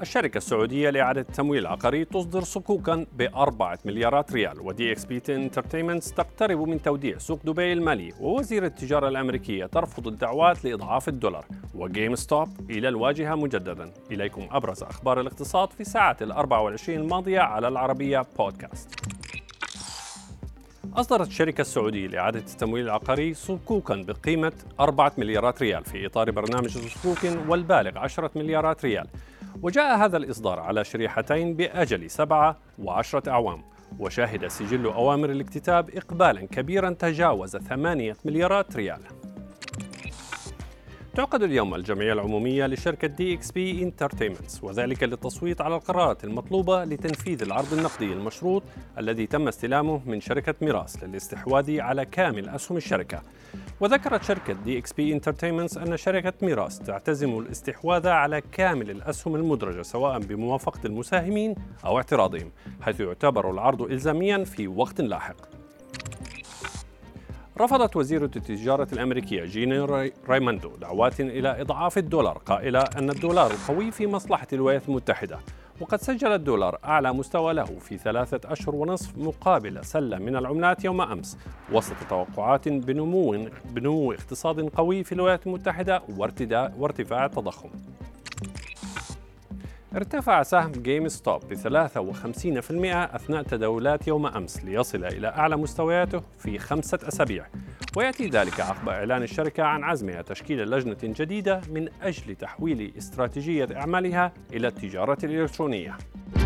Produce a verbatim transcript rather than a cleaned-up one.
الشركة السعودية لإعادة التمويل العقاري تصدر صكوكاً بأربعة مليارات ريال، ودي إكس بي انترتينمنت تقترب من توديع سوق دبي المالي، ووزير التجارة الأمريكية ترفض الدعوات لإضعاف الدولار، وجيم ستوب إلى الواجهة مجدداً. إليكم أبرز أخبار الاقتصاد في ساعة الأربع والعشرين الماضية على العربية بودكاست. أصدرت الشركة السعودية لإعادة التمويل العقاري صكوكاً بقيمة أربعة مليارات ريال في إطار برنامج الصكوك والبالغ عشرة مليارات ريال، وجاء هذا الإصدار على شريحتين بأجل سبعة وعشرة أعوام، وشهد سجل أوامر الاكتتاب إقبالاً كبيراً تجاوز ثمانية مليارات ريال. تعقد اليوم الجمعية العمومية لشركة دي إكس بي انترتينمنت، وذلك للتصويت على القرارات المطلوبة لتنفيذ العرض النقدي المشروط الذي تم استلامه من شركة ميراث للاستحواذ على كامل أسهم الشركة. وذكرت شركة دي إكس بي انترتينمنت أن شركة ميراث تعتزم الاستحواذ على كامل الأسهم المدرجة سواء بموافقة المساهمين أو اعتراضهم، حيث يعتبر العرض إلزاميا في وقت لاحق. رفضت وزيرة التجارة الأمريكية جيني رايموندو دعوات إلى إضعاف الدولار، قائلة أن الدولار قوي في مصلحة الولايات المتحدة، وقد سجل الدولار أعلى مستوى له في ثلاثة أشهر ونصف مقابل سلة من العملات يوم أمس، وسط توقعات بنمو بنمو اقتصاد قوي في الولايات المتحدة وارتفاع التضخم. ارتفع سهم جيم ستوب ب ثلاثة وخمسين بالمئة أثناء تداولات يوم أمس ليصل إلى أعلى مستوياته في خمسة أسابيع، ويأتي ذلك عقب إعلان الشركة عن عزمها تشكيل لجنة جديدة من أجل تحويل استراتيجية أعمالها إلى التجارة الإلكترونية.